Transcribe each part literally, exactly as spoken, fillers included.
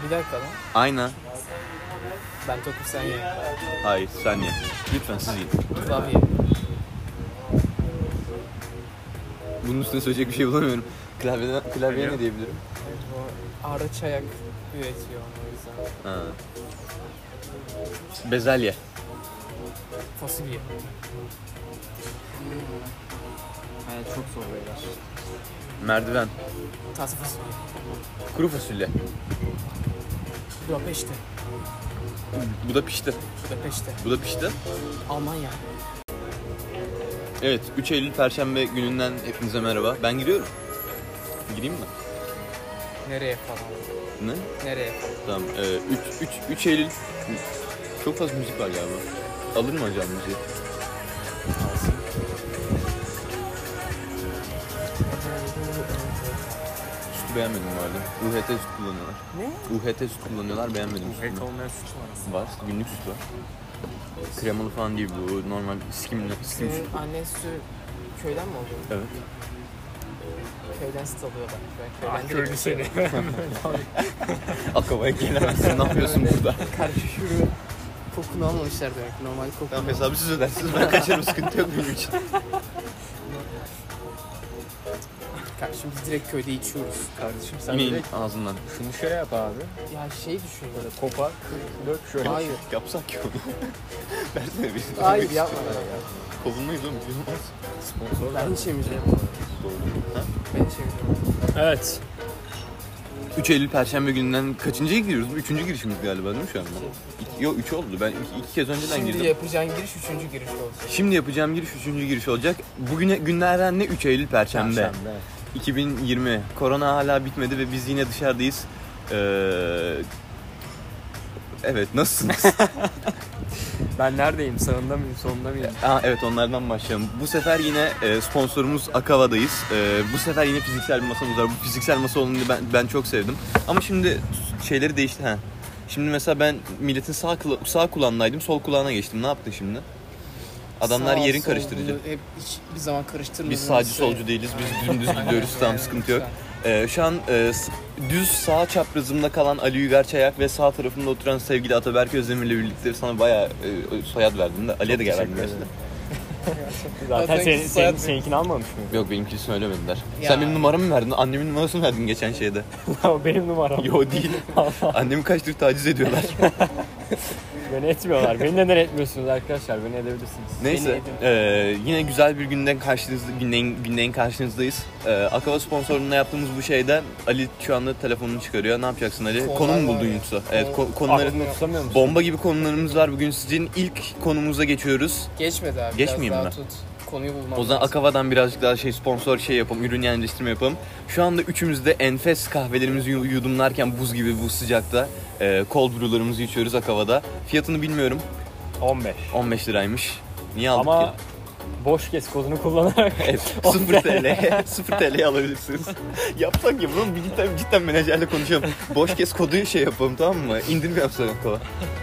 Bir dakika lan. Aynen. Ben topu sen ye. Hayır sen ye. Lütfen siz yiyin. Klavye. Bunun üstüne söyleyecek bir şey bulamıyorum. Klavyeden, klavyeye ne diyebilirim? O araç ayak üretiyor o yüzden. Ha. Bezelye. Fasulye. Yani çok zor beyler. Merdiven. Taze fasulye. Kuru fasulye. Budapeşte. Bu da pişti. Budapeşte. Bu da pişti. Almanya. Evet, üç Eylül Perşembe gününden hepinize merhaba. Ben giriyorum. Gireyim mi? Nereye falan? Ne? Nereye falan? Tamam. Ee, üç Eylül... Çok fazla müzik var galiba. Alır mı hocam müziği? Alsın. Sütü beğenmedim bu arada. U H T süt kullanıyorlar. Ne? U H T süt kullanıyorlar, beğenmedim sütünü. Pek olmayan süt var aslında. Var, günlük süt var. Kremalı falan değil bu, normal skimli. Skim süt. Senin annen sütü köyden mi oluyor? Evet. Köyden süt alıyorlar. Ben Ah köyden köylü seni. Akabaya gelemezsin, ne yapıyorsun burada? Karşı şuru kokunu almamışlar demek. Normal kokunu. Tamam, hesabı siz ödersiniz, ben kaçarım, sıkıntı yok benim için. Kardeşim biz direkt köyde içiyoruz. Kardeşim sen Yine direkt ağzından. şunu şöyle yap abi. Ya şey düşün böyle. Kopar, kır, dök şöyle. Hayır. Yapsak ki onu. Versene bir. Hayır yapma. Kovulmayız oğlum, olmaz. Sponsor. Ben hiç yemeyeceğim. Doğru. Ha? Ben hiç yemeyeceğim. Evet. üç Eylül Perşembe gününden kaçıncıya giriyoruz? Bu üçüncü girişimiz galiba değil mi şu anda? İki, yok üç oldu. Ben iki, iki kez önceden Şimdi girdim. yapacağın giriş üçüncü giriş olacak. Şimdi yapacağım giriş üçüncü giriş olacak. Bugüne günlerden ne? üç Eylül Perşembe. Perşembe. iki bin yirmi. Korona hala bitmedi ve biz yine dışarıdayız. Ee, evet, nasılsınız? Ben neredeyim? Sağında mıyım? Solunda mıyım? Aa, evet, onlardan başlayalım. Bu sefer yine e, sponsorumuz Akava'dayız. E, bu sefer yine fiziksel bir masamız var. Bu fiziksel masa olanını ben, ben çok sevdim. Ama şimdi şeyleri değişti. Ha. Şimdi mesela ben milletin sağ, sağ kulağındaydım, sol kulağına geçtim. Ne yaptın şimdi? Adamlar Sağ, yerin sol, karıştırıcı. bunu Hep hiç bir zaman karıştırmadığımız Biz sağcı şey. solcu değiliz. Biz dümdüz gidiyoruz. Tamam, sıkıntı yok. Ee, şu an e, düz sağ çaprazımda kalan Ali Uygar Çayak ve sağ tarafımda oturan sevgili Ataberk Özdemir'le birlikte sana bayağı e, soyad verdim de. Ali'ye de gel verdim mesela. Zaten Zaten senin, soyad- senin, seninkini almamış mı? Yok, benimkini söylemediler. Ya. Sen benim numaramı mı verdin? Annemin numarasını mı verdin geçen şeyde? O benim numaram. Yo, değil. Annemi kaç tür taciz ediyorlar. Beni etmiyorlar. Beni neden etmiyorsunuz arkadaşlar? Beni edebilirsiniz. Neyse, e, yine güzel bir günden karşınızda, günden, günden karşınızdayız. E, Akava sponsorluğunda yaptığımız bu şeyde Ali şu anda telefonunu çıkarıyor. Ne yapacaksın Ali? Konular Konu mu var buldun ya. yoksa? Evet, ko- Aklımda konuları... tutamıyor musun? Bomba gibi konularımız var. Bugün sizin ilk konumuza geçiyoruz. Geçmedi abi. Geçmeyeyim Biraz mi? daha tut. Konuyu bulmam O zaman lazım. Akava'dan birazcık daha şey sponsor şey yapalım, ürün yerleştirme yapalım. Şu anda üçümüz de enfes kahvelerimizi yu- yudumlarken buz gibi bu sıcakta e, cold brew'larımızı içiyoruz Akava'da. Fiyatını bilmiyorum. on beş. on beş liraymış. Niye aldık Ama ki? boş kes kodunu kullanarak. Evet, sıfır TL. sıfır TL'ye alabilirsiniz. Yapsak ya bunu, bir cidden, cidden menajerle konuşalım. Boş kes kodu şey yapalım, tamam mı? İndirim yapsana Akava.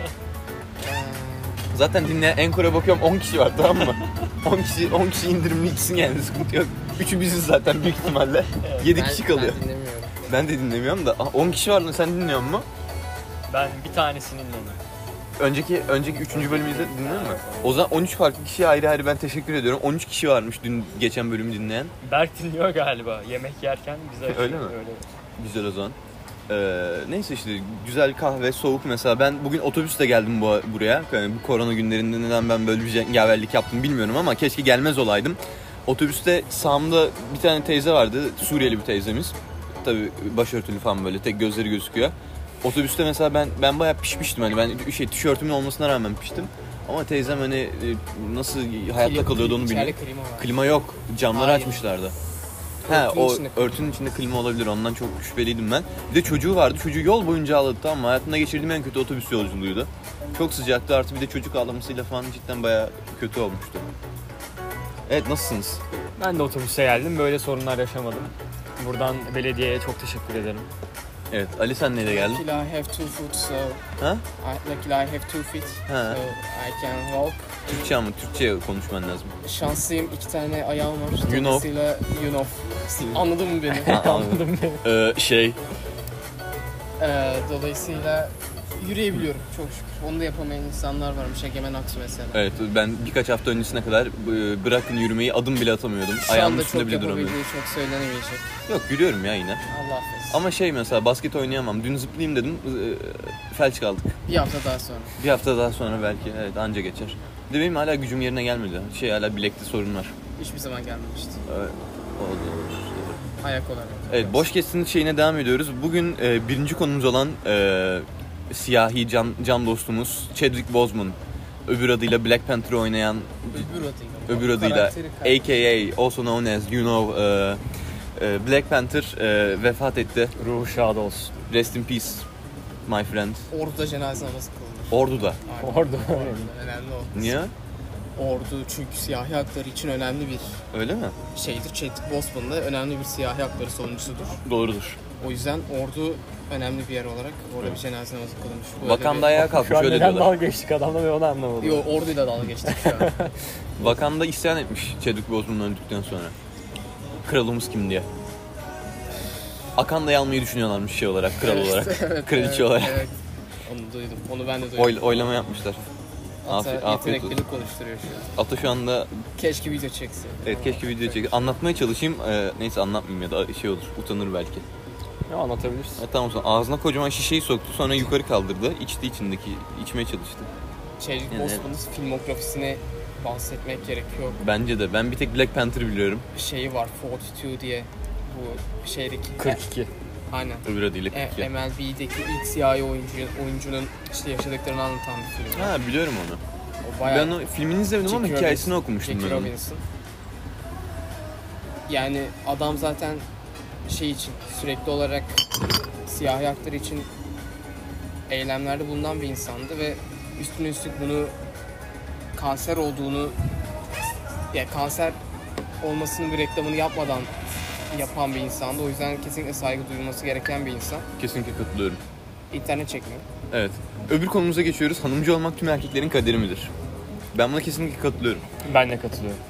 Zaten dinleyen Encore'a bakıyorum on kişi var, tamam mı? on kişi on kişi indirimli içsin yani, sıkıntı yok. Üçü biziz zaten büyük ihtimalle. yedi Ben- kişi kalıyor. Ben dinlemiyorum. Ben de dinlemiyorum da. Ah, on kişi var lan, sen dinliyor musun? Ben bir tanesini dinledim. Önceki önceki üçüncü bölümü izledin, dinledin mi? O zaman on üç farklı kişiye ayrı ayrı ben teşekkür ediyorum. on üç kişi varmış dün geçen bölümü dinleyen. Berk dinliyor galiba. Yemek yerken bize açıyor. Öyle mi? Öyle. Güzel o zaman. Ee, neyse işte güzel kahve, soğuk mesela. Ben bugün otobüsle geldim bu, buraya. Yani bu korona günlerinde neden ben böyle bir cengaverlik yaptım bilmiyorum ama keşke gelmez olaydım. Otobüste sağımda bir tane teyze vardı. Suriyeli bir teyzemiz. Tabii başörtülü falan, böyle tek gözleri gözüküyor. Otobüste mesela ben ben bayağı pişmiştim, hani ben şey tişörtümün olmasına rağmen piştim. Ama teyzem hani e, nasıl hayatta Klima- kalıyordu onu içeride bilmiyorum. klima var. Klima yok. Camları Hayır. açmışlardı. Ha, Örtünün o içinde klima. örtünün içinde klima olabilir. Ondan çok şüpheliydim ben. Bir de çocuğu vardı. Çocuğu yol boyunca ağladı, tamam mı? Hayatımda geçirdiğim en kötü otobüs yolculuğuydu. Çok sıcaktı, artı bir de çocuk ağlamasıyla falan cidden bayağı kötü olmuştu. Evet, nasılsınız? Ben de otobüse geldim. Böyle sorunlar yaşamadım. Buradan belediyeye çok teşekkür ederim. Evet, Ali sen neyle geldin? Luckily I have two foot, so Ha? I, luckily I have two feet, Ha. so I can walk. Türkçe ama Türkçe konuşman lazım. Şanslıyım, iki tane ayağım var. You know. Dolayısıyla you know. Anladın mı beni? Ha, anladım. Ee, şey... Ee, dolayısıyla yürüyebiliyorum çok şükür. Onu da yapamayan insanlar varmış. Egemen Aksu mesela. Evet, ben birkaç hafta öncesine kadar e, bırakın yürümeyi, adım bile atamıyordum. Şu Ayağımın anda üstünde çok bile duramıyordum. yapabildiği çok söylenemeyecek. Yok, yürüyorum ya yine. Allah affetsin. Ama şey mesela basket oynayamam. Dün zıplayayım dedim, e, felç kaldık. Bir hafta daha sonra. Bir hafta daha sonra belki, evet, anca geçer. Bir de benim hala gücüm yerine gelmedi. Şey, hala bilekte sorun var. Hiçbir zaman gelmemişti. Evet, oldu, oldu. Ayak olarak. Evet, boş kestin şeyine devam ediyoruz. Bugün e, birinci konumuz olan e, siyahi can, can dostumuz Chadwick Boseman. Öbür adıyla Black Panther oynayan, Öbür adıyla. öbür adıyla A K A also known as you know e, e, Black Panther e, vefat etti. Ruhu şad olsun. Rest in peace my friend. Ordu'da cenaze namazı kılınır. Ordu'da. Aynen. Ordu. Önemli o. Niye? Ordu çünkü siyahi hakları için önemli bir Öyle mi? şeydir. Chadwick Boseman da önemli bir siyahi hakları savunucusudur. Doğrudur. O yüzden Ordu önemli bir yer olarak orada bir cenaze namazı kılınmış. Bu Wakanda öyle ayağa Şu kalkmış, an öyle neden diyorlar. dalga geçtik adamla ve onu anlamadım. bir... Yo, Ordu'yla dalga geçtik şu an. Wakanda isyan etmiş Chadwick Boseman öldükten sonra. Kralımız kim diye. Akanda'yı almayı düşünüyorlarmış şey olarak, kral olarak, Evet, kraliçe evet, olarak. Evet. Onu duydum. Onu ben de duydum. Oy, oylama yapmışlar. Ata Afiyet, afiyet olsun. yeteneklilik konuşturuyor şu an. Ata şu anda, Keşke video çekse. evet, keşke video çek. Anlatmaya çalışayım. Ee, neyse anlatmayayım ya da şey olur, utanır belki. Ya anlatabilirsin. Ha, tamam, sonra ağzına kocaman şişeyi soktu, sonra yukarı kaldırdı. İçti içindeki, içmeye çalıştı. Chadwick Yani- Boseman'ın filmografisini bahsetmek gerekiyor. Bence de. Ben bir tek Black Panther biliyorum. Şeyi var, kırk iki diye bu şeydeki... kırk iki. Aynen. Öbür adıyla E, kırk iki. M L B'deki ilk siyahi oyuncu, oyuncunun işte yaşadıklarını anlatan bir film. Ha, biliyorum onu. O bayağı... Ben o filmini izlemedim ama Jackie hikayesini Robinson- okumuştum Jackie ben onu. Robinson. Yani adam zaten şey için sürekli olarak siyahi hakları için eylemlerde bulunan bir insandı ve üstüne üstlük bunu kanser olduğunu, yani kanser olmasının bir reklamını yapmadan yapan bir insandı. O yüzden kesinlikle saygı duyulması gereken bir insan. Kesinlikle katılıyorum. İnternet çekmiyor. Evet. Öbür konumuza geçiyoruz. Hanımcı olmak tüm erkeklerin kaderi midir? Ben buna kesinlikle katılıyorum. Ben de katılıyorum.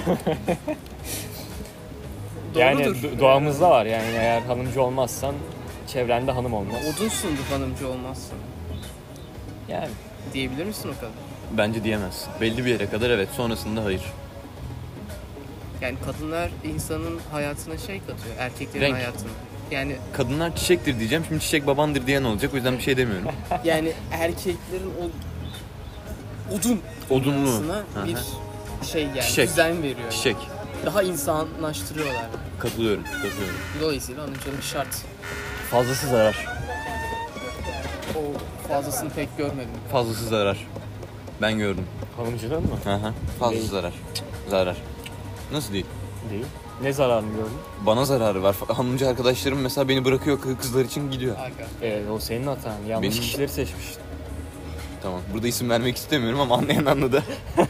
Yani Doğrudur. do- doğamızda var yani eğer hanımcı olmazsan çevrende hanım olmaz. Odunsundur hanımcı olmazsın. Yani Diyebilir misin o kadar? Bence diyemezsin. Belli bir yere kadar evet. Sonrasında hayır. Yani kadınlar insanın hayatına şey katıyor, erkeklerin Renk. hayatına. Yani Kadınlar çiçektir diyeceğim. Şimdi çiçek babandır diyen olacak. O yüzden bir şey demiyorum. yani erkeklerin o odun Odunlu. olmasına Hı hı. bir şey yani Çiçek. düzen veriyor. Çiçek. Daha insanlaştırıyorlar. Katılıyorum. Katılıyorum. Dolayısıyla hanımcılık şart. fazlası zarar. O fazlasını pek görmedim. Fazlası zarar. Ben gördüm. Hanımcılığın mı? Hı hı. Fazlası Değil. zarar. Zarar. Nasıl değil? Değil. Ne zararını gördün? Bana zararı var. Hanımcı arkadaşlarım mesela beni bırakıyor, kızlar için gidiyor. Aga. Evet o senin hatan. Yanlış Benim- kişileri seçmişsin. Tamam. Burada isim vermek istemiyorum ama anlayan anladı.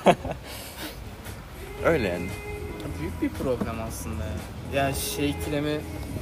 Öyle yani. Büyük bir problem aslında ya. Ya şey ikilemi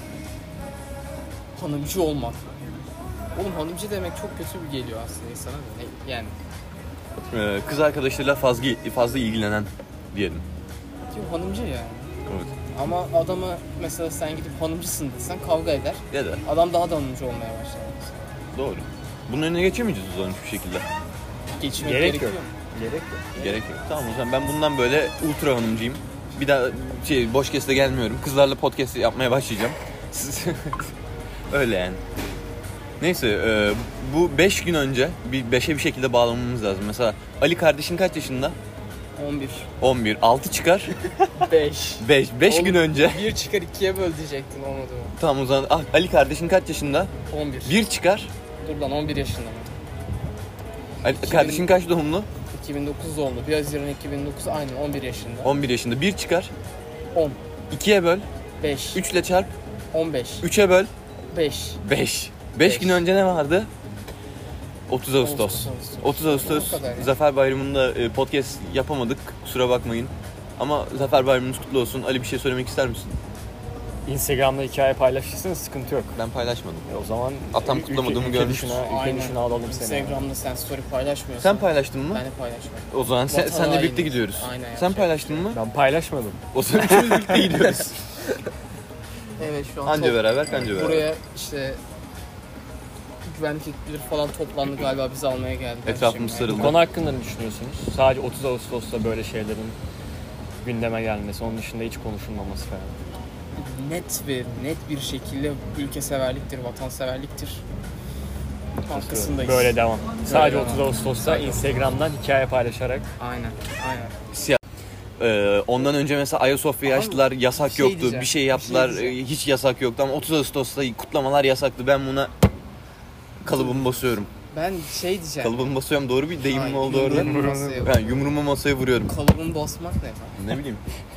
hanımcı olmak. Oğlum hanımcı demek çok kötü bir geliyor aslında insana. Ne- Yani Ee, kız arkadaşlarıyla fazla fazla ilgilenen diyelim. diyor hanımcı yani. Evet. Ama adama mesela sen gidip hanımcısın desen kavga eder. Ya da Adam daha da hanımcı olmaya başlar. doğru. Bunun önüne geçemeyeceğiz o zaman hiçbir şekilde. Geçmek Gerek gerekiyor. yok. Gerek yok. Gerek yok. Tamam o zaman ben bundan böyle ultra hanımcıyım. Bir daha şey boş keste gelmiyorum. Kızlarla podcast yapmaya başlayacağım. Siz- Öyle yani. Neyse e, bu beş gün önce bir beşe bir şekilde bağlamamız lazım. Mesela Ali kardeşin kaç yaşında? on bir. on bir. altı çıkar. beş. beş. beş gün Oğlum, önce. bir çıkar ikiye böl diyecektin olmadı mı? Tamam o zaman ah, Ali kardeşin kaç yaşında? on bir. bir çıkar. Dur lan on bir yaşında mı? Ali, iki bin- kardeşin kaç doğumlu? iki bin dokuz doğumlu. bir Haziran iki bin dokuz aynen on bir yaşında. on bir yaşında. bir çıkar. on. ikiye böl. beş. üç ile çarp. on beş. üçe böl. beş. beş. beş Beş. gün önce ne vardı? otuz Ağustos. Ağustos. otuz Ağustos O kadar ya. Zafer Bayramı'nda e, podcast yapamadık. Kusura bakmayın. Ama Zafer Bayramınız kutlu olsun. Ali bir şey söylemek ister misin? Instagram'da hikaye paylaşırsanız sıkıntı yok. Ben paylaşmadım. E o zaman Atam ülke- kutlamadığımı ülke görmüş. dışına, ülke Aynen. dışına alalım seni. Instagram'da sen story paylaşmıyorsan. Sen paylaştın mı? Ben de paylaşmıyorum. O zaman sen, Vatan senle birlikte haini. gidiyoruz. Aynen, Sen yapacak paylaştın mı? Ben paylaşmadım. O zaman üçümüz birlikte gidiyoruz. Evet şu an Anca top- beraber, kanca beraber. Buraya işte güvenlik ekipleri falan toplandı galiba bizi almaya geldiler. Etrafımız şimdi. sarıldı. Bu konu hakkında ne düşünüyorsunuz? Sadece otuz Ağustos'ta böyle şeylerin gündeme gelmesi, onun dışında hiç konuşulmaması falan. Net ve net bir şekilde ülkeseverliktir, vatanseverliktir. Arkasındayız. Böyle devam. Sadece devam. otuz Ağustos'ta Instagram'dan hikaye paylaşarak. Aynen, aynen. Siyah. Ee, ondan önce mesela Ayasofya'yı Abi, açtılar, yasak bir şey yoktu. diyeceğim, Bir şey bir şey yaptılar, diyeceğim. hiç yasak yoktu ama otuz Ağustos'ta kutlamalar yasaktı. Ben buna kalıbımı basıyorum. Ben şey diyeceğim. Kalıbımı basıyorum, doğru bir deyim mi Hayır, oldu orada? yumruğumu masaya- Ben yumruğumu masaya vuruyorum. Kalıbını basmak ne lan? Ne bileyim.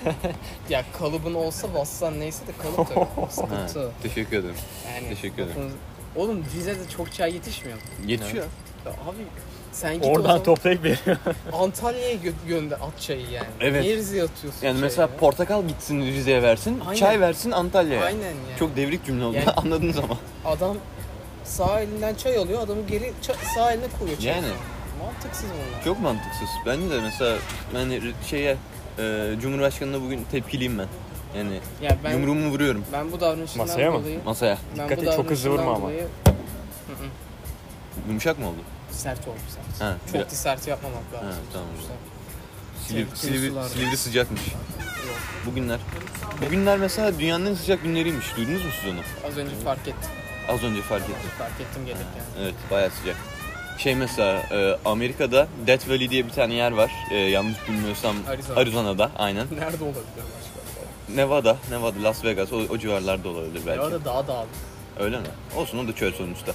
Ya kalıbın olsa bassan neyse de kalıp da Ha, sıkıntı. teşekkür ederim. Yani Teşekkür ederim. bakın- Oğlum Rize'de çok çay yetişmiyor. Yetişiyor. Ya abi sen git o Oradan zaman toplayıp veriyor. Antalya'ya gö- gönder at çayı yani. Evet. Niye Rize'ye atıyorsun Yani çayı mesela ya? portakal gitsin Rize'ye versin, Aynen. çay versin Antalya'ya. Aynen yani. Çok devrik cümle oldu. Yani- Anladınız ama. Adam sağ elinden çay alıyor, adamı geri ça- sağ eline koyuyor çayı. Yani. Mantıksız bunlar. Çok mantıksız. Bence de mesela yani şeye e, Cumhurbaşkanı'na bugün tepkiliyim ben. Yani Ya ben yumruğumu vuruyorum ben bu davranışından Masaya mı? dolayı masaya. ben Dikkat bu et, çok hızlı vurma davranışından ama. dolayı- Hı hı. Yumuşak mı oldu? Sert oldu sert. Ha, Çok biraz- da sert yapmamak lazım. Ha, tamam. sonuçta. Silivri, Tehlikeli Silivri, sular. Silivri sıcakmış. Yok. Bugünler. Bugünler mesela dünyanın en sıcak günleriymiş. Duydunuz mu siz onu? Az önce fark ettim. Az önce fark ettim. Fark ettim gelirken. Evet, bayağı sıcak. Şey mesela e, Amerika'da Death Valley diye bir tane yer var. E, yanlış bilmiyorsam Arizona. Arizona'da aynen. Nerede olabilir başka? Nevada, Nevada, Las Vegas o, o civarlarda olabilir belki. Ya da daha dağlık. Öyle mi? Olsun, o da çöl sonuçta.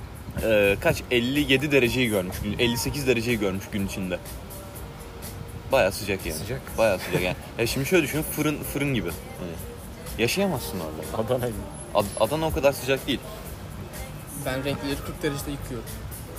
Ee, kaç? elli yedi dereceyi görmüş, gün- elli sekiz dereceyi görmüş gün içinde. Bayağı sıcak yani. Sıcak. Bayağı sıcak yani. Ya şimdi şöyle düşün, fırın fırın gibi. Yani yaşayamazsın orada. Adana gibi. Ad- Adana o kadar sıcak değil. Ben renkleri kırk derecede yıkıyorum.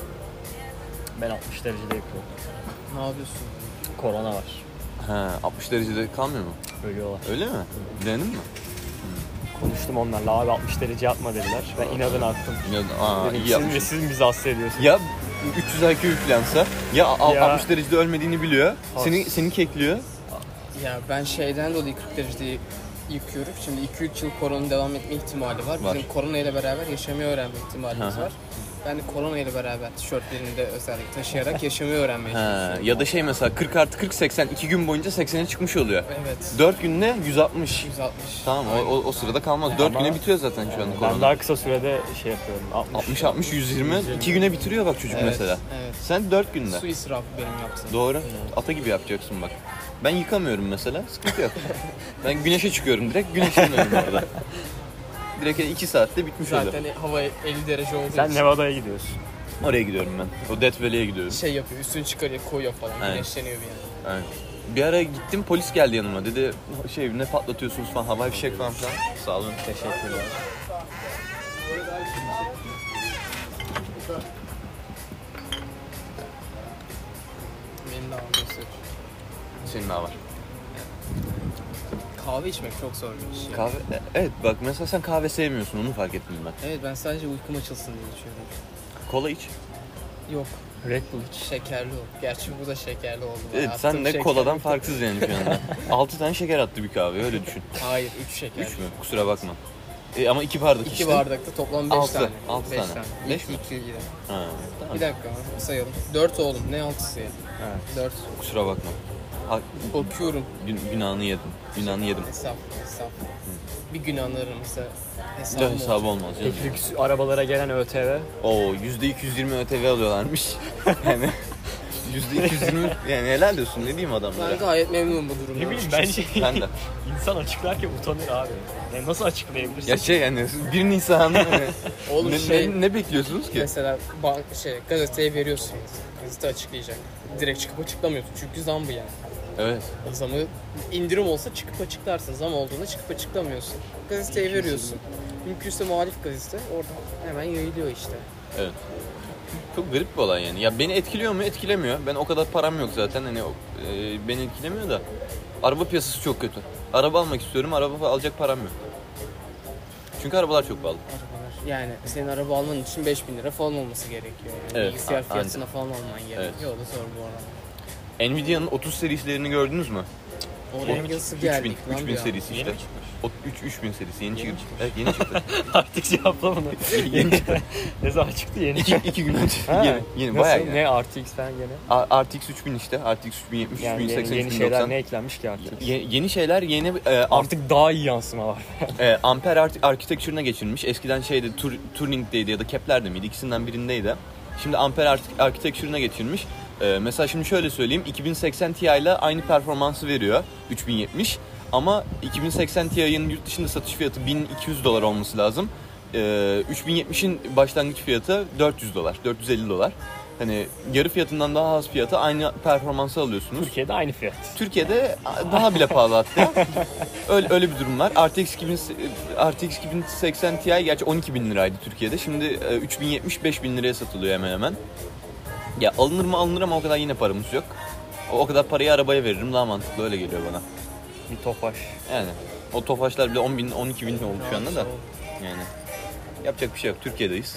Ben altmış derecede yapıyorum. Ne yapıyorsun? Korona var. Ha, altmış derecede kalmıyor mu? Ölüyorlar. Öyle mi? Denedin mi? Konuştum onlarla. Abi altmış derece yapma dediler. Ben inadına attım. Ya, aa, Dedim, iyi siz, mi, yapmışsın. siz mi bizi hasta ediyorsunuz? Ya üç yüz I Q yüklense ya, al- Ya. altmış derecede ölmediğini biliyor. Has. Seni seni kekliyor. Ya ben şeyden dolayı kırk derecede yıkıyorum. Şimdi iki üç yıl koronanın devam etme ihtimali var. Var. Bizim korona ile beraber yaşamayı öğrenme ihtimalimiz Hı hı. var. Ben de korona ile beraber tişörtlerini de özellikle taşıyarak yaşamayı öğrenmeye Ha, çalışıyorum. ya da şey mesela kırk artı kırk seksen iki gün boyunca seksene çıkmış oluyor. Evet. dört günde yüz altmış. yüz altmış. Tamam o, o, o sırada kalmaz. dört Ama- güne bitiyor zaten şu an Ben korona. daha kısa sürede şey yapıyorum. altmış altmış yüz yirmi iki güne bitiriyor bak çocuk Evet, mesela. evet. Sen dört günde. Su israfı benim yaptığım. Doğru. Ata gibi yapacaksın bak. Ben yıkamıyorum mesela. Sıkıntı yok. Ben güneşe çıkıyorum direkt. Güneşleniyorum orada. Direkt iki saatte bitmiş oluyor. Zaten hava elli derece olduğu Sen için Nevada'ya gidiyorsun. Oraya gidiyorum ben. O Death Valley'e gidiyorum. şey yapıyor, üstünü çıkarıyor, koyuyor falan. Evet. Güneşleniyor bir yani. Evet. Bir ara gittim, polis geldi yanıma. Dedi şey ne patlatıyorsunuz falan, havai fişek falan filan. Sağ olun. Teşekkürler. Benim de ağrısı. Senin daha var. Kahve içmek çok zor bir iş. ya. Kahve, e- evet bak mesela sen kahve sevmiyorsun, onu fark ettim ben. Evet, ben sadece uykum açılsın diye içiyorum. Kola iç. Yok, Red Bull iç. şekerli o. Gerçi bu da şekerli oldu. Evet Attım sen de şeker. koladan farksız yani şu anda. altı tane şeker attı bir kahve, öyle düşün. Hayır, üç şeker. üç mü? Kusura bakma. E, ama iki bardak İki içtin. bardakta toplam beş Altı, tane. altı Beş tane. Beş İki, mi? iki, iki. Ha, tamam. Bir dakika sayalım. Dört oğlum, ne altısı ya? Evet. Dört. Kusura bakma. Ha, Bakıyorum. gün, günahını yedim. Günahını yedim. Hesap, hesap. Bir gün anlarımızda Bir hesabım de hesabı olacak. olmaz canım. Peki lüks arabalara gelen ÖTV. Oo yüzde iki yüz yirmi ÖTV alıyorlarmış. Yani yüzde iki yüz yirmi yani helal olsun, ne diyeyim adamlara. Ben gayet memnunum bu durumdan. Ne bileyim açıkçası. bence Ben de. insan açıklarken utanır abi. Yani nasıl açıklayabilirsin? Ya şey yani bir Nisan hani, Oğlum ne, şey, ne, ne bekliyorsunuz ki? mesela bank, şey, gazeteye veriyorsunuz. Gazete açıklayacak. Direkt çıkıp açıklamıyorsun çünkü zam bu yani. Evet. Zamı indirim olsa çıkıp açıklarsın. Zam olduğunda çıkıp açıklamıyorsun. Gazeteye veriyorsun. Mümkünse muhalif gazete orada hemen yayılıyor işte. Evet. Çok garip bir olay yani. Ya beni etkiliyor mu? Etkilemiyor. Ben o kadar param yok zaten. Hani e, beni etkilemiyor da. Araba piyasası çok kötü. Araba almak istiyorum. Araba alacak param yok. Çünkü arabalar çok pahalı. Arabalar. Yani senin araba alman için beş bin lira falan olması gerekiyor. Yani. Evet, Bilgisayar a- fiyatına falan alman gerekiyor. Evet. O da zor bu arada. Nvidia'nın otuz serilerini gördünüz mü? Oraya nasıl geldik lan üç bin bir an? serisi Yeni işte. mi çıkmış? O üç üç bin serisi yeni, Yeni çıktı. çıkmış. Evet yeni çıktı. Artık cevapla bunu. Yeni çıktı. Ne zaman çıktı yeni? iki, iki gün önce. Ha, yeni, yeni nasıl? bayağı yeni. Ne R T X falan gene? A- R T X üç bin işte. R T X üç bin yetmiş, Yani üç bin seksen, yeni, yeni üç bin şeyler doksan. ne eklenmiş ki artık? Ye- yeni şeyler yeni e, am- Artık daha iyi yansımalar. e, Ampere Art- Architecture'ına geçilmiş. Eskiden şeyde Tur- Turing'deydi ya da Kepler'de miydi? İkisinden birindeydi. Şimdi Ampere Art- Architecture'ına geçilmiş. E, mesela şimdi şöyle söyleyeyim. iki bin seksen Ti ile aynı performansı veriyor. üç bin yetmiş. Ama iki bin seksen Ti'nin yurt dışında satış fiyatı bin iki yüz dolar olması lazım. E, üç bin yetmişin başlangıç fiyatı dört yüz dolar. dört yüz elli dolar. Hani yarı fiyatından daha az fiyata aynı performansı alıyorsunuz. Türkiye'de aynı fiyat. Türkiye'de daha bile pahalı hatta. Öyle, öyle bir durum var. R T X iki bin, R T X iki bin seksen Ti gerçi on iki bin liraydı Türkiye'de. Şimdi üç bin yetmiş beş bin liraya satılıyor hemen hemen. Ya alınır mı alınır ama o kadar yine paramız yok. O, o kadar parayı arabaya veririm, daha mantıklı, öyle geliyor bana. Bir Tofaş. Yani o Tofaşlar bile on bin on iki bin oldu şu anda da. Yani yapacak bir şey yok. Türkiye'deyiz.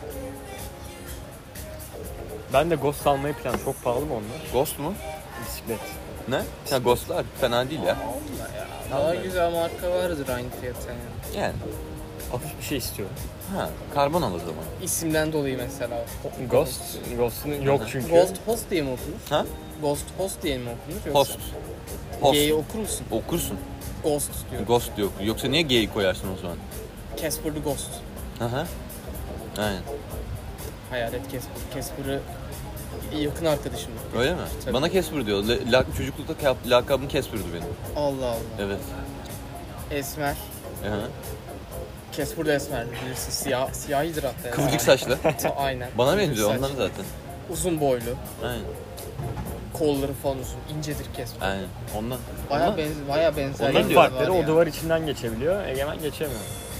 Ben de Ghost almayı plan. Çok pahalı mı onlar? Ghost mu? Bisiklet. Ne? Ya Ghost'lar fena değil ya. Allah ya. Daha güzel marka vardır aynı fiyata yani. Yani. Hafif bir şey istiyorum. Ha, karbon al o zaman. İsimden dolayı mesela. Ghost. Ghost'un yok çünkü. Ghost Host diye mi okunur? Ha? Ghost Host diye mi okunur? Yoksa Host. Host. G'yi okur musun? Okursun. Ghost diyor. Ghost yok. Yoksa niye G'yi koyarsın o zaman? Casper the Ghost. Aha. Aynen. Hayalet Casper. Casper'ı yakın arkadaşım. Öyle mi? Tabii. Bana Casper diyor. La- la- çocuklukta ka- lakabım Casper'dı benim. Allah Allah. Evet. Esmer. Aha. Casper de esmer bilirsin. Siyah, siyahidir hatta. Kıvırcık yani. saçlı. Aynen. Bana Kıvırcık benziyor saç. onlar zaten. Uzun boylu. Aynen. Kolları falan uzun. İncedir Casper. Aynen. Ondan. Baya Ondan- benzer, baya benzer. Ondan Tek diyor. farkları o duvar içinden geçebiliyor. Egemen geçemiyor.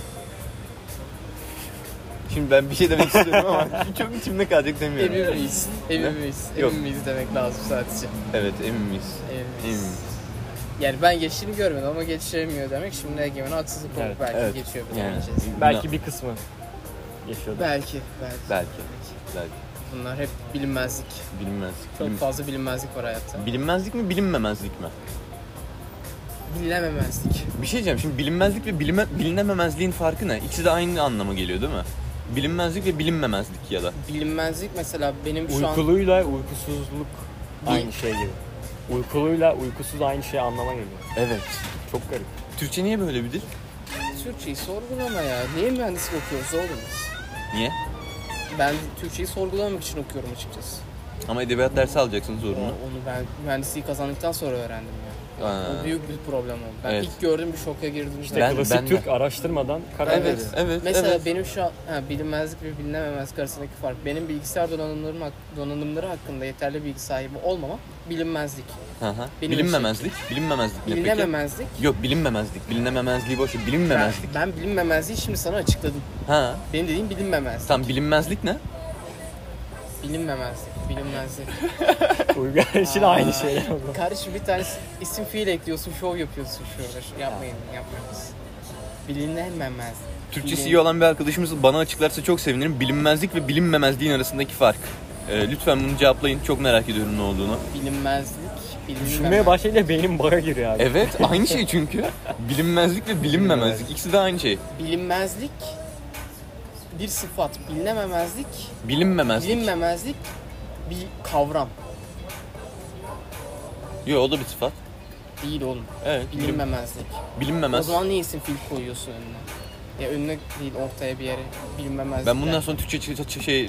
Şimdi ben bir şey demek istiyorum ama çok içimde kalacak demiyorum. Emin miyiz? Emin miyiz? Yok. Emin miyiz demek lazım sadece. Evet, emin miyiz? Emin Emin miyiz? miyiz? Yani ben geçtiğini görmedim ama geçiremiyor demek. Şimdi Egemen haksızlık oldu. Evet, Belki evet. geçiyor Yani. bilemeyeceğiz. Belki bir kısmı yaşıyordu. Belki, belki. Belki. Belki. Bunlar hep bilinmezlik. Bilinmezlik. Çok Bilim- fazla bilinmezlik var hayatta. Bilinmezlik mi, bilinmemezlik mi? Bilinememezlik. Bir şey diyeceğim. Şimdi bilinmezlik ve bilime, bilinememezliğin farkı ne? İkisi de aynı anlama geliyor değil mi? Bilinmezlik ve bilinmemezlik ya da. Bilinmezlik mesela benim şu an... Uykuluyla uykusuzluk aynı şey gibi. Uykuluyla uykusuz aynı şey anlama geliyor. Evet. Çok garip. Türkçe niye böyle bir dil? Türkçeyi sorgulama ya. Niye mühendislik okuyoruz oğlum biz? Niye? Ben Türkçeyi sorgulamak için okuyorum açıkçası. Ama edebiyat dersi alacaksın O- zorunlu. Onu ben mühendisliği kazandıktan sonra öğrendim ya. Aa. O büyük bir problem oldu. Ben Evet. ilk gördüğüm bir şoka girdim. İşte Ben- klasik ben de. Türk araştırmadan karar Evet. veriyor. Evet, Mesela evet. benim şu an ha, bilinmezlik ve bilinememezlik arasındaki fark. Benim bilgisayar donanımlarım hak- donanımları hakkında yeterli bilgi sahibi olmama bilinmezlik. Hı hı. Benim Bilinmemezlik. Bilinmemezlik ne peki? Bilinememezlik. Yok, bilinmemezlik. Bilinememezliği boş ver. Ben, Bilinmemezlik. ben bilinmemezliği şimdi sana açıkladım. Ha. Benim dediğim bilinmemezlik. Tamam, bilinmezlik ne? Bilinmemezlik, bilinmezlik. Uygar için Aa, aynı şey oldu. Kardeşim bir tane isim fiil ekliyorsun, şov yapıyorsun şurada. Şu- Yapmayın, yapmayınız. Bilinememezlik. Türkçesi Bilin- iyi olan bir arkadaşımız bana açıklarsa çok sevinirim. Bilinmezlik ve bilinmemezliğin arasındaki fark. Ee, lütfen bunu cevaplayın. Çok merak ediyorum ne olduğunu. Bilinmezlik, bilinmemezlik. Düşünmeye başlayınca beynim baga giriyor abi. Evet, aynı şey çünkü. Bilinmezlik ve bilinmemezlik. İkisi de aynı şey. Bilinmezlik bir sıfat, bilinememezlik, Bilinmemezlik. bilinmemezlik bir kavram. Yok, o da bir sıfat. Değil oğlum. Evet. Bilim, Bilinmemezlik. O bilinmemez. zaman niye isim fiil koyuyorsun önüne? Ya önüne değil, ortaya bir yere bilinmemezlik. Ben bundan yani. sonra Türkçe ç- ç- şey...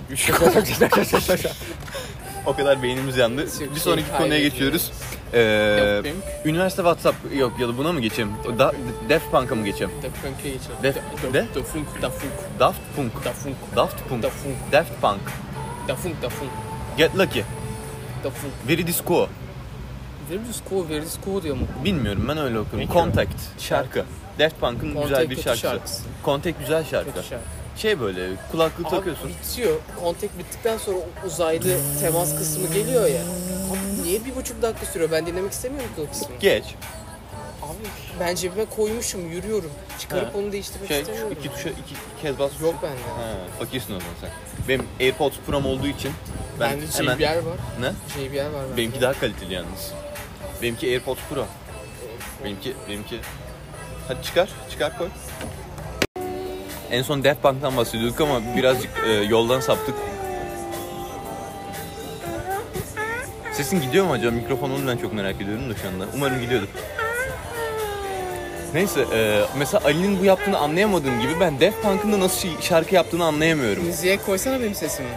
O kadar beynimiz yandı. Türkçeyi Bir sonraki konuya kaybediyoruz. geçiyoruz. Ee, Daft Punk. üniversite WhatsApp yok ya da buna mı geçeyim? Da, Daft Punk'a mı geçeyim? Daft Punk'a geçelim. Def- Da- de? Daft Punk, Daft Punk, Daft Punk. Daft Punk, Daft Punk. Daft Punk, Daft Punk. Daft Punk, Daft Punk, Get Lucky. Daft Punk. Very Disco. Veridis Co, Veridis Co diyor mu? Bilmiyorum, ben öyle okuyorum. Peki. Contact şarkı. Daft Punk'ın güzel Contact bir kötü şarkısı. şarkısı. Contact güzel şarkı. Kötü şarkı. Şey böyle kulaklık Abi takıyorsun. bitiyor. Contact bittikten sonra uzaylı temas kısmı geliyor ya. Abi niye bir buçuk dakika sürüyor? Ben dinlemek istemiyorum ki o kısmı. Geç. Abi ben cebime koymuşum, yürüyorum. Çıkarıp Ha. onu değiştirmek Şey istemiyorum. iki tuşa iki, iki kez bas. Yok bende. Ha, fakirsin o zaman sen. Benim AirPods Pro'm olduğu için ben Bende hemen... J B L var. Ne? J B L var bende. Benimki daha kaliteli yalnız. Benimki AirPods Pro. Benimki benimki Hadi çıkar, çıkar koy. En son Daft Punk'tan bahsediyorduk ama birazcık e, yoldan saptık. Sesin gidiyor mu acaba? Mikrofonunu ben çok merak ediyorum da şu anda. Umarım gidiyordur. Neyse, e, mesela Ali'nin bu yaptığını anlayamadığım gibi ben Daft Punk'ın da nasıl şarkı yaptığını anlayamıyorum. Müziğe koysana benim sesimi.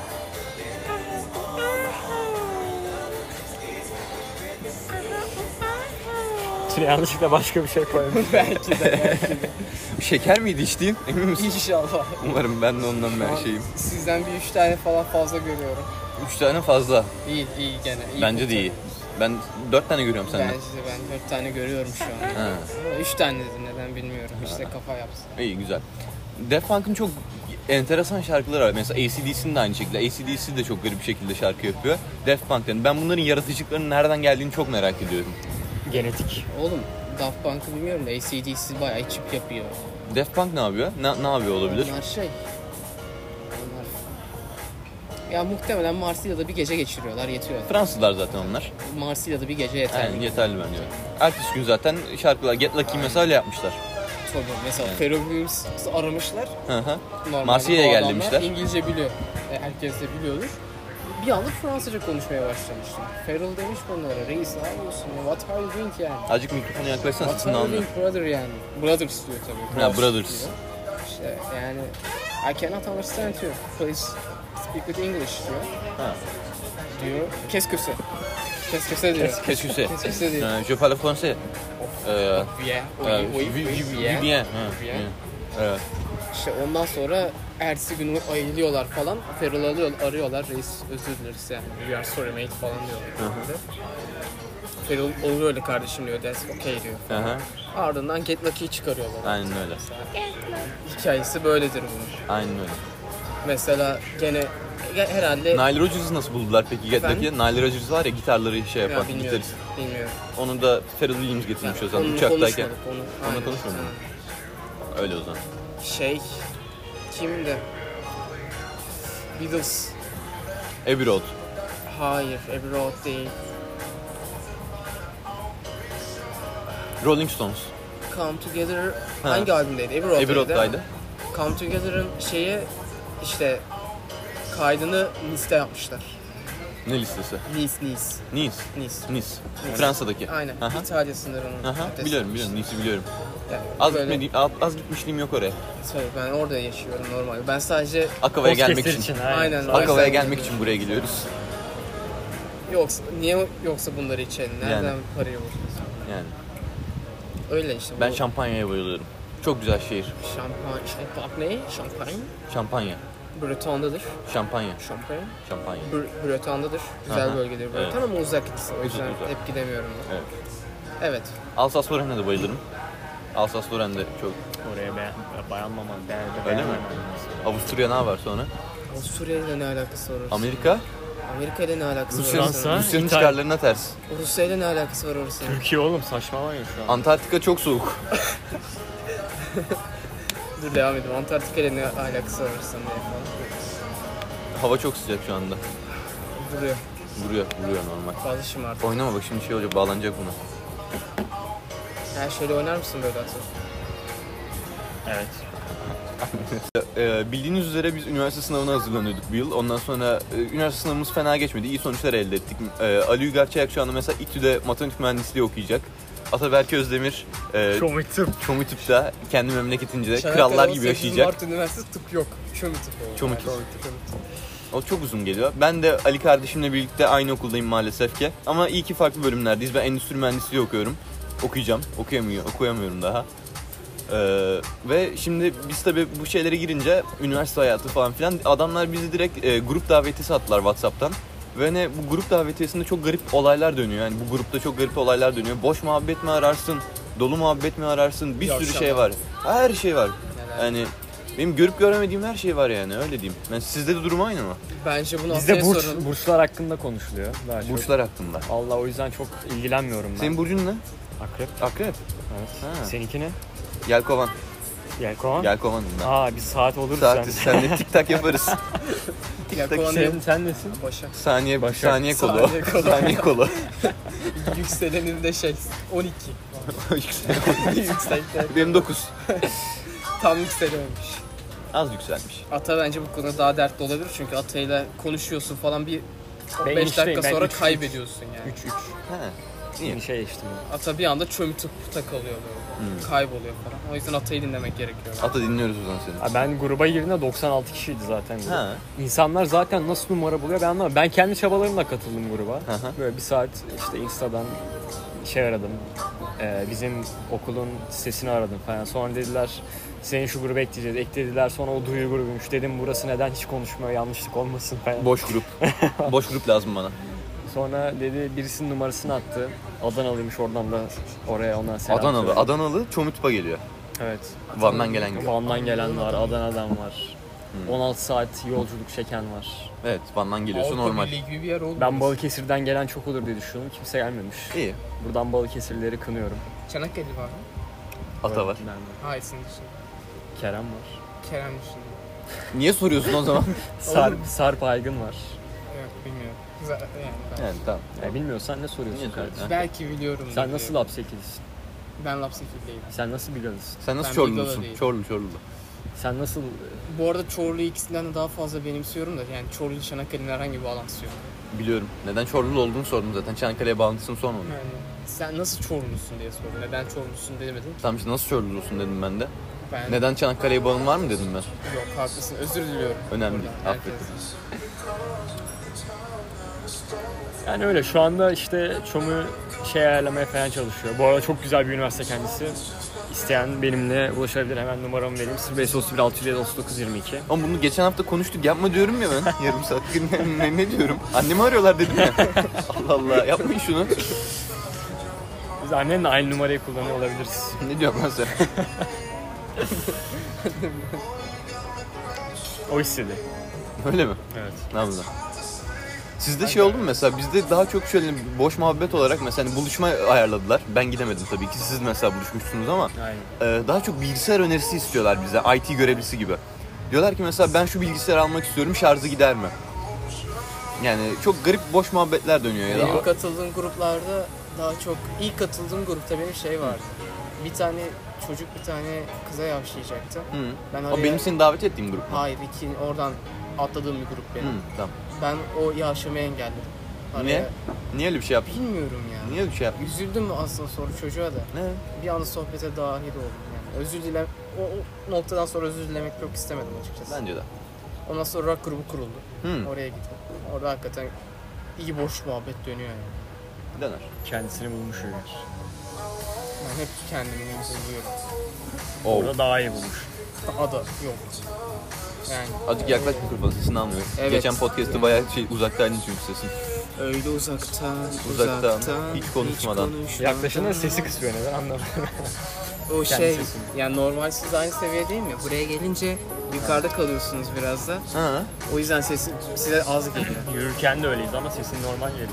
Şimdi yanlışlıkla başka bir şey koymuş. belki de belki de. Şeker miydi içtiğin? Emin misin? İnşallah. Umarım ben de ondan ben şeyim. Sizden bir üç tane falan fazla görüyorum. Üç tane fazla. İyi iyi gene. İyi Bence de iyi. Ben dört tane görüyorum senden. Bence de ben dört tane görüyorum şu an. Ha. Ama üç tane dedim neden bilmiyorum. İşte kafa yapsın. İyi, güzel. Daft Punk'ın çok enteresan şarkıları var. Mesela A C D C'nin de aynı şekilde. A C D C de çok garip bir şekilde şarkı yapıyor. Daft Punk'tan. Ben bunların yaratıcılarının nereden geldiğini çok merak ediyorum. Genetik. Oğlum Daft Punk'ı bilmiyorum da A C D C bayağı chip yapıyor. Daft Punk ne yapıyor? Ne, ne yapıyor olabilir? Onlar şey... Onlar... Ya muhtemelen Marsilya'da bir gece geçiriyorlar, yetiyor. Fransızlar zaten onlar. Marsilya'da bir gece yeterli. Aynen, yeterli bence. Ertesi gün zaten şarkılar Get Lucky mesela öyle yapmışlar. Tabii mesela Evet. Pharrell Williams'ı aramışlar. Hı hı. Normalde Marsilya'ya bu gel adamlar demişler. İngilizce biliyor. E, herkes de biliyordur. Bir anda Fransızca konuşmaya başlamışlar. Pharrell demiş bunlara, reis ne yapıyorsun ya? What are you doing yani? Azıcık mikrofona yaklaşsan What sesini are you anlıyorum. doing brother yani? Brothers diyor tabii. Ha, brothers. diyor. İşte yani I cannot understand you. Please speak with English diyor. Ha. Diyor. Qu'est-ce que c'est? Qu'est-ce que c'est diyor. Qu'est-ce que c'est? Qu'est-ce que c'est diyor. Euh, Je parle français. Euh, Bien. euh, Oui, oui, vi- oui, vi- bien. Bien. Ha, Bien. bien. Evet. İşte ondan sonra ertesi gün ayılıyorlar falan. Pharrell'ı alıyor, arıyorlar. Reis özür dileriz yani. We are sorry mate falan diyorlar. Pharrell olur öyle kardeşim diyor. That's okay diyor. Hı hı. Ardından Get Lucky'yi çıkarıyorlar. Aynen öyle. Hikayesi böyledir bunun. Aynen öyle. Mesela gene ya herhalde... Nile Rodgers'ı nasıl buldular peki Get Efendim? Lucky'ye? Nile Rodgers var ya gitarları şey yapar, Ya, bilmiyorum. gitarist. Bilmiyorum. Onu da Pharrell Williams getirmiş o zaman Onunla uçaktayken. konuşmadık, Onu, Onunla aynen. konuşmadın mı? Ha. Öyle o zaman. Şey... Kimdi? Beatles. Abbey Road. Hayır, Abbey Road değil. Rolling Stones. Come Together Ha. hangi albümdeydi? Abbey Road'daydı. Abbey Road'daydı. Come Together'ın şeyi işte kaydını Nice'te yapmışlar. Ne listesi? Nice, Nice, Nice. Nice. Nice. Fransa'daki. Aynen. Aha. İtalya sınırının. Aha, ötesi. biliyorum biliyorum. Nice'i biliyorum. Yani Az, böyle- gitmediğim, az, az gitmişliğim yok oraya. Tabii ben orada yaşıyorum normal. Ben sadece Akava'ya gelmek Podcast'ler için. aynen. Aynen. Akava'ya Aynen. gelmek için buraya geliyoruz. yoksa niye yoksa bunları içelim? Nereden Yani. parayı bulacağız? Yani. Öyle işte. Ben bu şampanyaya bayılıyorum. Çok güzel şehir. şampan, şampan ne? Şampanya. Şampanya. Breton'dadır. Şampanya. Şampanya. Şampanya. Br- Breton'dadır. Güzel Aha, bölgedir Breton evet. ama uzak. O yüzden uzak. hep gidemiyorum ben. Evet. Evet. Alsace-Lorraine'e de bayılırım. Alsace-Lorraine de çok. Oraya beğen, bayanmaman, beğen, Öyle mi? beğenmemen lazım. Avusturya ne var sonra? Avusturya ile ne alakası var orası? Amerika. Amerika ile ne alakası var Rusya'nın, orası? Fransa. Rusya'nın İtalya. çıkarlarına ters. Rusya ile ne alakası var orası? Türkiye oğlum saçmalamayın şu an. Antarktika çok soğuk. Dur devam edelim. Antarktika ile ne alakası var orası? Ne falan. Hava çok sıcak şu anda. Duruyor. Vuruyor, vuruyor normal. Fazla şımartı. Oynama bak şimdi şey olacak, bağlanacak buna. Her şeyle oynar mısın böyle atı? Evet. Ee, bildiğiniz üzere biz üniversite sınavına hazırlanıyorduk bu yıl. Ondan sonra e, üniversite sınavımız fena geçmedi. İyi sonuçlar elde ettik. Ee, Ali Uygar Çayak şu anda mesela İTÜ'de matematik mühendisliği okuyacak. Ataberk Özdemir e, Çomitim. Çomitüp'te kendi memleketince krallar gibi yaşayacak. Mart Üniversitesi tıp yok. Çömü tıp oldu. Çomitüp. Yani. O çok uzun geliyor. Ben de Ali kardeşimle birlikte aynı okuldayım maalesef ki. Ama iyi ki farklı bölümlerdeyiz. Ben endüstri mühendisliği okuyorum. Okuyacağım. Okuyamıyor, okuyamıyorum daha. Ee, ve şimdi biz tabii bu şeylere girince üniversite hayatı falan filan adamlar bizi direkt e, grup davetiyesi attılar WhatsApp'tan. Ve ne bu grup davetiyesinde çok garip olaylar dönüyor. Yani bu grupta çok garip olaylar dönüyor. Boş muhabbet mi ararsın? Dolu muhabbet mi ararsın? Bir Yavşak sürü şey var. var. Her şey var. Neler? Yani benim görüp göremediğim her şey var yani öyle diyeyim. Yani sizde de durum aynı mı? Bence bunu Bizde Asya'ya burç, soralım. burçlar hakkında konuşuluyor daha çok. Burçlar hakkında. Allah o yüzden çok ilgilenmiyorum ben. Senin burcun ne? Akrep. Akrep. Evet. Ha. Seninki ne? Yelkovan. Yelkovan. Yelkovan'ım ben. Aa bir saat olur Saati sen. senle tik tak yaparız. Ya, tak kovan Sen, değil, sen nesin? Başak. Saniye Başak. saniye kolu. Saniye kolu. Saniye kolu. Yükselenin de şey on iki. Yüksekte. Benim dokuz. Tam yükselememiş. Az yükselmiş. Ata bence bu konuda daha dertli olabilir çünkü Ata'yla konuşuyorsun falan bir Ben beş enişteyim, dakika ben sonra üç, üç. kaybediyorsun yani. üç üç. Ha. Yeni şey işte. Ata bir anda çömütüp takılıyor böyle. Hmm. Kayboluyor falan. O yüzden Ata'yı dinlemek gerekiyor. Ata dinliyoruz o zaman seni. Ha, ben gruba girdiğimde doksan altı kişiydi zaten. grup. Ha. İnsanlar zaten nasıl numara buluyor ben anlamadım. Ben kendi çabalarımla katıldım gruba. Hı hı. Böyle bir saat işte Insta'dan şey aradım. Ee, bizim okulun sitesini aradım falan. Sonra dediler senin şu grubu ekleyeceğiz. Eklediler sonra o duyu grubuymuş. Dedim burası neden hiç konuşmuyor yanlışlık olmasın falan. Boş grup. Boş grup lazım bana. Sonra dedi birisinin numarasını attı. Adanalıymış oradan da oraya ona selam Adanalı. söyle. Adanalı Çomutpa geliyor. Evet. Van'dan gelen gibi. Van'dan gelen var, Adana'dan var. Hmm. on altı saat yolculuk çeken var. Evet, Van'dan geliyorsa Avrupa normal. Birliği gibi bir yer oldu. Ben Balıkesir'den gelen çok olur diye düşünüyorum. Kimse gelmemiş. İyi. Buradan Balıkesirlileri kınıyorum. Çanakkale var mı? Ata var. Ben de. Hayır senin dışında. Kerem var. Kerem dışında. Niye soruyorsun o zaman? Sarp, Sarp Aygın var. Yok bilmiyorum. Güzel yani. Ben. Yani tamam. Ya bilmiyorsan ne soruyorsun Niye kardeşim? soruyorsun? Belki biliyorum. Sen nasıl Lapsekilisin? Ben Lapsekili'deyim. Sen nasıl Bigalısın? Sen nasıl Ben Çorlu'lusun? Bigala değilim. Çorlu, Çorlu. Sen nasıl... Bu arada Çorlu'yu ikisinden de daha fazla benimsiyorum da yani Çorlu Çanakkale'nin herhangi bir bağlantısı yok. Biliyorum. Neden Çorlu olduğunu sordum zaten. Çanakkale'ye bağlantısını sormadım. Yani sen nasıl Çorlu'sun diye sordum. Neden Çorlu'sun demedin ki. Tamam işte nasıl Çorlu'lusun dedim ben de. Ben Neden Çanakkale'ye bağın var mı dedim ben. Yok haklısın. Özür diliyorum. Önemli değil, Buradan affet. herkese. Yani öyle şu anda işte ÇOM'u şey ayarlamaya falan çalışıyor. Bu arada çok güzel bir üniversite kendisi. İsteyen benimle ulaşabilir. Hemen numaramı vereyim. sıfır beş otuz bir altı yüz yedi otuz dokuz yirmi iki. Ama bunu geçen hafta konuştuk. Yapma diyorum ya ben. Yarım saat. Ne, ne, ne diyorum? Annemi arıyorlar dedim ya. Allah Allah. Yapmayın şunu. Biz annenle aynı numarayı kullanıyor olabiliriz. Ne diyorsun lan sen? O istedi. Öyle mi? Evet. Ne yapalım? Sizde şey oldu mu mesela? Bizde daha çok şöyle boş muhabbet olarak mesela hani buluşma ayarladılar. Ben gidemedim tabii ki. Siz mesela buluşmuşsunuz ama Aynen. e, daha çok bilgisayar önerisi istiyorlar bize. I T görevlisi gibi. Diyorlar ki mesela ben şu bilgisayarı almak istiyorum. Şarjı gider mi? Yani çok garip boş muhabbetler dönüyor ya da. Benim katıldığım gruplarda daha çok ilk katıldığım grupta benim şey vardı. Bir tane çocuk bir tane kıza yavşayacaktı. Hı. Ben O araya... benim seni davet ettiğim grup mu? Hayır, iki, oradan atladığım bir grup benim. Hı, tamam. Ben o yavşamayı engelledim. Araya... Niye? Niye öyle bir şey yaptın? Bilmiyorum ya. Niye öyle bir şey yaptın? Üzüldüm aslında sonra çocuğa da. Ne? Bir anda sohbete dahil oldum yani. Özür dilem o, o noktadan sonra özür dilemek çok istemedim açıkçası. Bence de. Ondan sonra rock grubu kuruldu. Hı. Oraya gittim. Orada hakikaten iyi boş muhabbet dönüyor yani. Döner. Kendisini bulmuş Ömer. Ben hep kendimi buluyorum. Oh. Orada daha iyi bulmuş. Daha da yok. Yani Azıcık yaklaş mikrofona, sesini anlıyorum. Evet. Geçen podcast'te bayağı şey uzaktaydın çünkü sesin. öyle uzaktan, Uzaktan, uzaktan, hiç konuşmadan. Yaklaşınca sesi kısıyor neden anlamadım. O Kendi şey, sesini. yani normal siz aynı seviyedeyim mi? Buraya gelince yukarıda kalıyorsunuz biraz da. Ha. O yüzden sesi size az geliyor. Yürürken de öyleyiz ama sesin normal geliyor.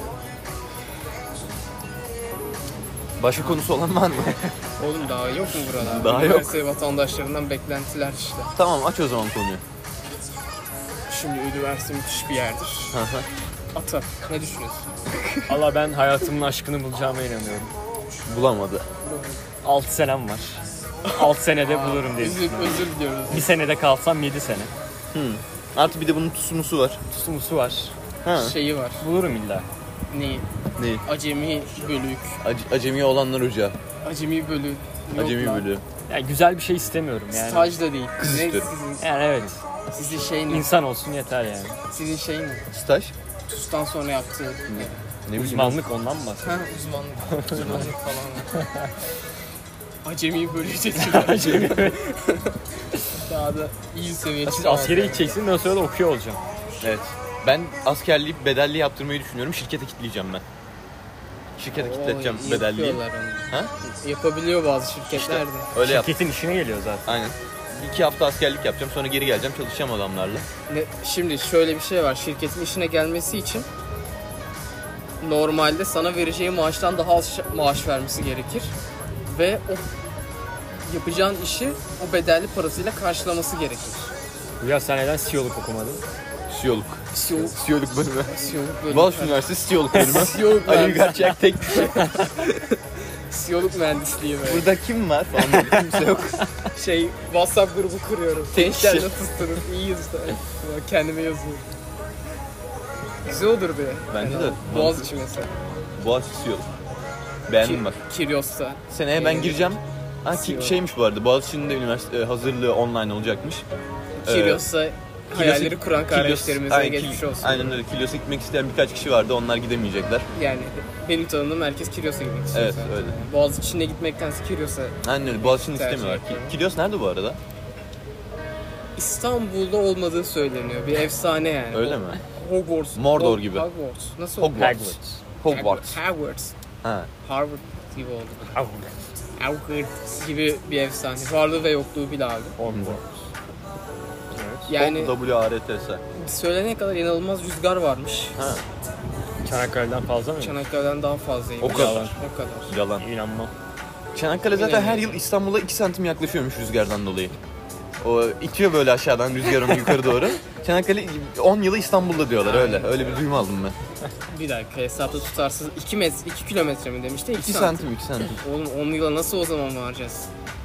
Başka konusu olan var mı? Oğlum daha yok mu burada? Daha yok. Üniversite vatandaşlarından beklentiler işte. Tamam, aç o zaman konuyu. Şimdi üniversite müthiş bir yerdir. Hı hı. Ata, ne düşünüyorsun? Allah ben hayatımın aşkını bulacağıma inanıyorum. Bulamadı. altı senem var. altı senede bulurum diye Özür, düşünüyorum. özür diliyoruz. Bir senede kalsam yedi sene. Hı. Artı bir de bunun tusumusu var. Tusumusu var. Ha. Şeyi var. Bulurum illa. Neyi? Ne? Acemi bölük. Ac- acemi olanlar ocağı. Acemi bölük. Yok Acemi lan. bölüğü. Yani güzel bir şey istemiyorum yani. Staj da değil. Kız Ne istiyorum. sizin, Yani evet. sizin şey ne? İnsan olsun yeter yani. Sizin şey ne? Staj? TUS'tan sonra yaptığı. Ne bileyim. Uzmanlık ondan mı bahsediyorsun? Ha uzmanlık. Uzmanlık falan. Acemi bölüğü seçiyorlar. Daha da iyi seviyeli. Siz askere gideceksin ben o sırada okuyor olacağım. Evet. Ben askerliği bedelli yaptırmayı düşünüyorum. Şirkete kitleyeceğim ben. Şirkete kitleteceğim Oo, bedelliyi. yapıyorlar onu. Ha? Yapabiliyor bazı şirketler de. Öyle yap. Şirketin işine geliyor zaten. Aynen. İki hafta askerlik yapacağım. Sonra geri geleceğim. Çalışacağım adamlarla. Ne- Şimdi şöyle bir şey var. Şirketin işine gelmesi için normalde sana vereceği maaştan daha az şa- maaş vermesi gerekir. Ve o yapacağın işi o bedelli parasıyla karşılaması gerekir. Ya sen neden C E O'luk okumadın? Siyoluk. Siyoluk. Siyoluk bölümü. Siyoluk bölümü. Boğaziçi Üniversitesi Siyoluk bölümü. Siyoluk Ali bölümü. Gerçek tek. Aksiyoluk mühendisliği böyle. Burada kim var falan böyle kimse yok. Şey WhatsApp grubu kuruyorum. Tek Gençler kişi. nasılsınız? İyiyiz de. Kendime yazıyorum. Güzel olurdu ya. Bence Yani de. Boğaziçi mesela. Boğaziçi yolu. Beğendim bak. Kiryos'ta. Seneye ben Ee, gireceğim. Ha, ki, Siyol. şeymiş bu arada, Boğaziçi'nin de üniversite hazırlığı online olacakmış. Kiryos'ta hayalleri Kilyos- kuran kardeşlerimize aynen, geçmiş Kil- olsun. Aynen öyle. Kilyos'a gitmek isteyen birkaç kişi vardı. Onlar gidemeyecekler. Yani benim tanıdığım herkes Kiryos'a gitmek istiyor. Evet, zaten. öyle. Boğaziçi'ne gitmektense Kiryos'a. Aynen öyle. Boğaziçi'ni Tercih istemiyorlar. ediyorum. Ki- Kilyos nerede bu arada? İstanbul'da olmadığı söyleniyor. Bir efsane yani. Öyle mi? Hogwarts. Mordor Hog- gibi. Hogwarts. Nasıl Hogwarts. Hogwarts. Hogwarts. Hogwarts. Ha. Harvard gibi oldu. Hogwarts gibi bir efsane. Varlığı ve yokluğu bile abi. Hogwarts. Yani W A R T S. söylenene kadar inanılmaz rüzgar varmış. Ha. Çanakkale'den fazla mı? Çanakkale'den daha fazlaymış. O kadar. O kadar. Yalan. İnanmam. Çanakkale zaten Yine her mi? yıl İstanbul'a iki santim yaklaşıyormuş rüzgardan dolayı. O itiyor böyle aşağıdan rüzgar onu yukarı doğru. Çanakkale on yılı İstanbul'da diyorlar öyle. Öyle bir duyum aldım ben. Bir dakika hesapta tutarsız iki metre iki kilometre mi demişti? iki santim iki santim. Oğlum on yıla nasıl o zaman varacağız?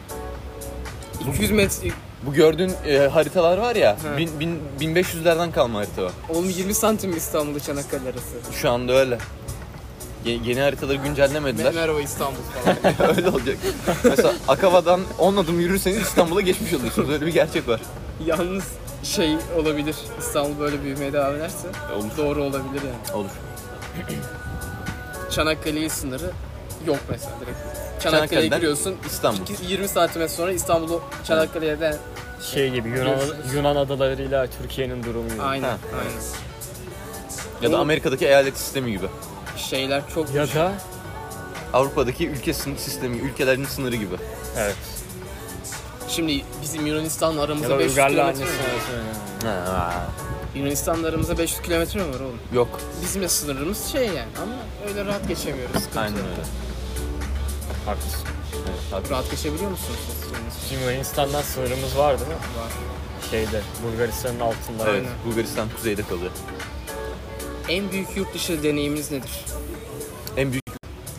iki yüz metre. Bu gördüğün e, haritalar var ya, Ha. bin, bin, bin beş yüzlerden kalma harita o. Oğlum yirmi santim mi İstanbul'da Çanakkale arası? Şu anda öyle. Ye- yeni haritaları güncellemediler. Merhaba İstanbul falan. Öyle olacak. Mesela Akava'dan on adım yürürseniz İstanbul'a geçmiş oluyorsunuz. Öyle bir gerçek var. Yalnız şey olabilir. İstanbul böyle büyümeye devam ederse Olur. doğru olabilir yani. Olur. Çanakkale'ye sınırı yok mesela direkt. Çanakkale'ye Çanakkale'den giriyorsun. İstanbul. yirmi saatime sonra İstanbul'u Çanakkale'ye de Şey gibi Yunan, Görüşürüz. Yunan adalarıyla Türkiye'nin durumu gibi. aynen Ha. aynen. Ya da Bu- Amerika'daki eyalet sistemi gibi. Şeyler çok Ya da Avrupa'daki ülke sınır sistemi, ülkelerin sınırı gibi. evet. Şimdi bizim Yunanistan'la Ya aramızda da beş yüz Uygar'la kilometre annesi mi var? arasında yani. Ha. Yunanistan'la aramızda beş yüz kilometre mi var oğlum? Yok. Bizimle sınırımız şey yani ama öyle rahat geçemiyoruz. Sıkıntı Aynen yok. öyle. Haklısın. Evet, haklı. Rahat geçebiliyor musunuz siz? Şimdi Yunanistan'dan sınırımız var değil mi? Var. Şeyde, Bulgaristan'ın altında. Evet, Aynen. Bulgaristan kuzeyde kalıyor. En büyük yurt dışı deneyiminiz nedir? En büyük...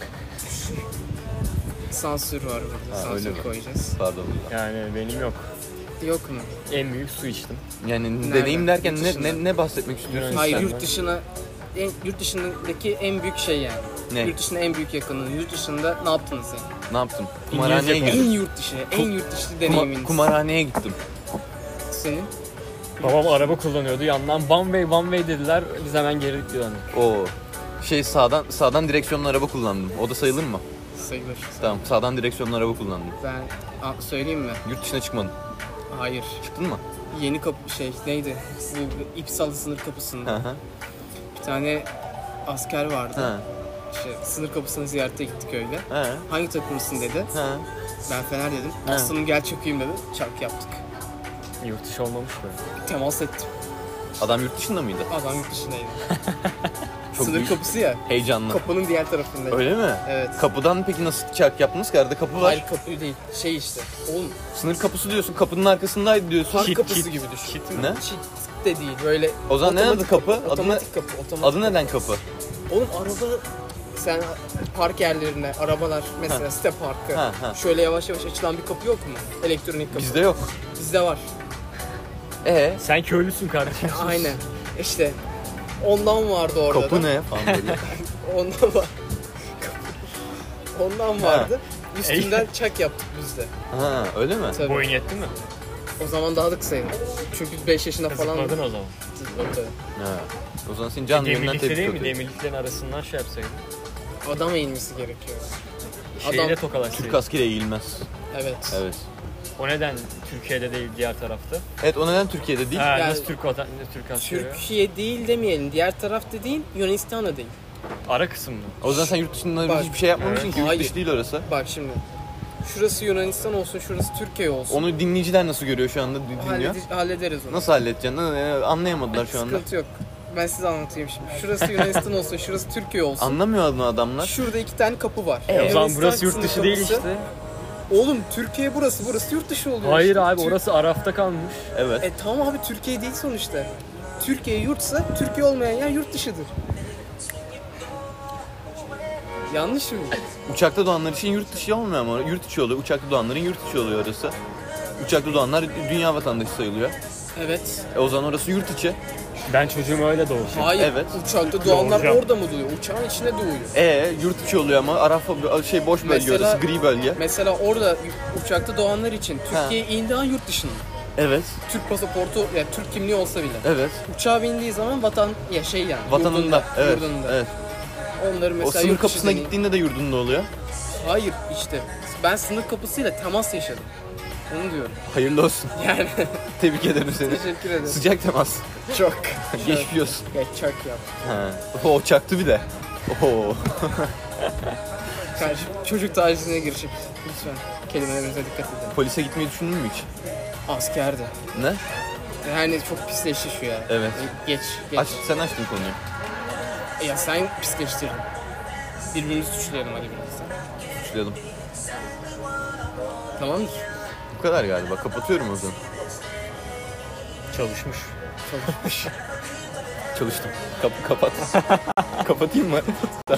Sansür var burada. Ha, öyle Sansür mi? koyacağız. Pardon. Yani benim yok. Yok mu? En büyük su içtim. Yani Nerede? deneyim derken Yurt ne, dışında. ne, ne bahsetmek istiyorsun? Yunanistan. Hayır sen? yurt dışına en, yurt dışındaki en büyük şey yani. Ne? Yurt dışına en büyük yakınlığı. Yurt dışında ne yaptınız yani? Ne yaptım? Kumarhaneye İngilizce gittim. En yurt dışı, en yurt dışı Kuma- deneyiminiz. kumarhaneye gittim. Senin? Babam araba kullanıyordu. Yandan one way one way dediler. Biz hemen geri döndük. O şey sağdan sağdan direksiyonlu araba kullandım. O da sayılır mı? Sayılır. Tamam, sağdan direksiyonlu araba kullandım. Ben a, söyleyeyim mi? Yurt dışına çıkmadım. Hayır. Çıktın mı? Yeni kapı şey neydi? Bu İpsal sınır kapısında Hı hı. bir tane asker vardı. Ha. İşte sınır kapısını ziyarete gittik öyle. Ha. Hangi takımısın dedi. Ha. Ben Fener dedim. Ha. Aslanım gel çökeyim dedi. Çak yaptık. Yurt dışı olmamış böyle. Temas ettim. Adam yurt dışında mıydı? Adam yurt dışındaydı. Çok Sınır büyük. kapısı ya. Heyecanlı. Kapının diğer tarafındaydı. Öyle mi? Evet. Kapıdan peki nasıl çark yaptınız ki? Arada kapı var. Hayır kapı değil. Şey işte. Oğlum Sınır kapısı diyorsun. Kapının arkasındaydı diyorsun. park Çit, kapısı çit. gibi düşün. Çit Ne? Çit de değil. Böyle O zaman ne otomatik adı kapı? Adı ne? Otomatik kapı. Otomatik. Adı neden kapı? Oğlum araba sen park yerlerine arabalar mesela Ha. site parkı Ha, ha. şöyle yavaş yavaş açılan bir kapı yok mu? Elektronik kapı. Bizde yok. Bizde var. Ee? Sen köylüsün kardeşim. Aynen. İşte ondan vardı orada Kapı da. ne falan böyle. Ondan var. Ondan vardı. Üstünden Ey. çak yaptık biz de. Ha, öyle mi? Tabii. Boyun yetti mi? O zaman daha da kısaydı. Çünkü beş yaşında falan Zıpladın o zaman. zıpladı. Ha. O zaman seni canlı yayından Demirlikte tebrik değil mi? ediyorum. Demirliklerin arasından şey yapsaydın. Adam eğilmesi gerekiyor. Şeyle Adam- tokalaşsaydın. Türk askeri eğilmez. Evet. Evet. O neden Türkiye'de değil diğer tarafta? Evet, o neden Türkiye'de değil? Ha, Yani- nasıl Türk vatan, ne Türk askeri? Türkiye değil demeyelim. Diğer tarafta değil, Yunanistan'da değil. Ara kısım mı? O zaman sen yurt dışında Bak, hiçbir şey yapmamışsın evet. ki. Yurt Hayır. dışı değil orası. Bak şimdi. Şurası Yunanistan olsun, şurası Türkiye olsun. Onu dinleyiciler nasıl görüyor şu anda, dinliyor? Hallede- hallederiz onu. Nasıl halledeceksin? Ee, Anlayamadılar şu anda. Sıkıntı yok. Ben size anlatayım şimdi. Şurası Yunanistan olsun, şurası Türkiye olsun. Anlamıyor mu adamlar? Şurada iki tane kapı var. E, o zaman Yunanistan burası yurt sınır dışı değil kapısı. işte. Oğlum Türkiye burası, burası yurt dışı oluyor. Hayır işte. abi Tür- orası Araf'ta kalmış. Evet. E tamam abi Türkiye değil sonuçta. Türkiye yurtsa Türkiye olmayan yer yurt dışıdır. Yanlış mı? Uçakta doğanlar için yurt dışı olmuyor ama yurt içi oluyor. Uçakta doğanların yurt içi oluyor orası. Uçakta doğanlar dünya vatandaşı sayılıyor. Evet. E o zaman orası yurt içi. Ben çocuğumu öyle doğuracağım. Hayır. Evet. Uçakta doğanlar Doğuracağım. orada mı doğuyor? Uçağın içinde doğuyor. E yurt içi oluyor ama Arap şey boş bölge Mesela- orası, gri bölge. Mesela orada uçakta doğanlar için Türkiye'ye indiği an yurt dışında. Evet. Türk pasaportu, yani Türk kimliği olsa bile. Evet. Uçağa bindiği zaman vatan, ya şey yani. Vatanında. Yurdunda, Evet. yurdunda. Evet. Onları O mesela sınır yurt dışı kapısına deneyim- gittiğinde de yurdunda oluyor. Hayır işte. Ben sınır kapısıyla temas yaşadım. Onu diyorum. Hayırlı olsun. Yani Tebrik ederim seni. teşekkür ederim. Sıcak temas. Çok. Geçmiş olsun. Ya çok yap. Ha. O çaktı bir de. Oo. Karşı çocuk tacizine girişip lütfen kelimelerinize dikkat edin. Polise gitmeyi düşündün mü hiç? Askerde. Ne? Yani çok pisleşti şu ya. Evet. Geç, geç. Aç, sen açtın konuyu. Ya sen pisleştirdin. Birbirimizi suçlayalım hadi biraz. Suçlayalım. Tamamdır. Bu kadar galiba. Kapatıyorum o zaman. Çalışmış. Çalışmış. Çalıştım. Kap kapat. Kapatayım mı?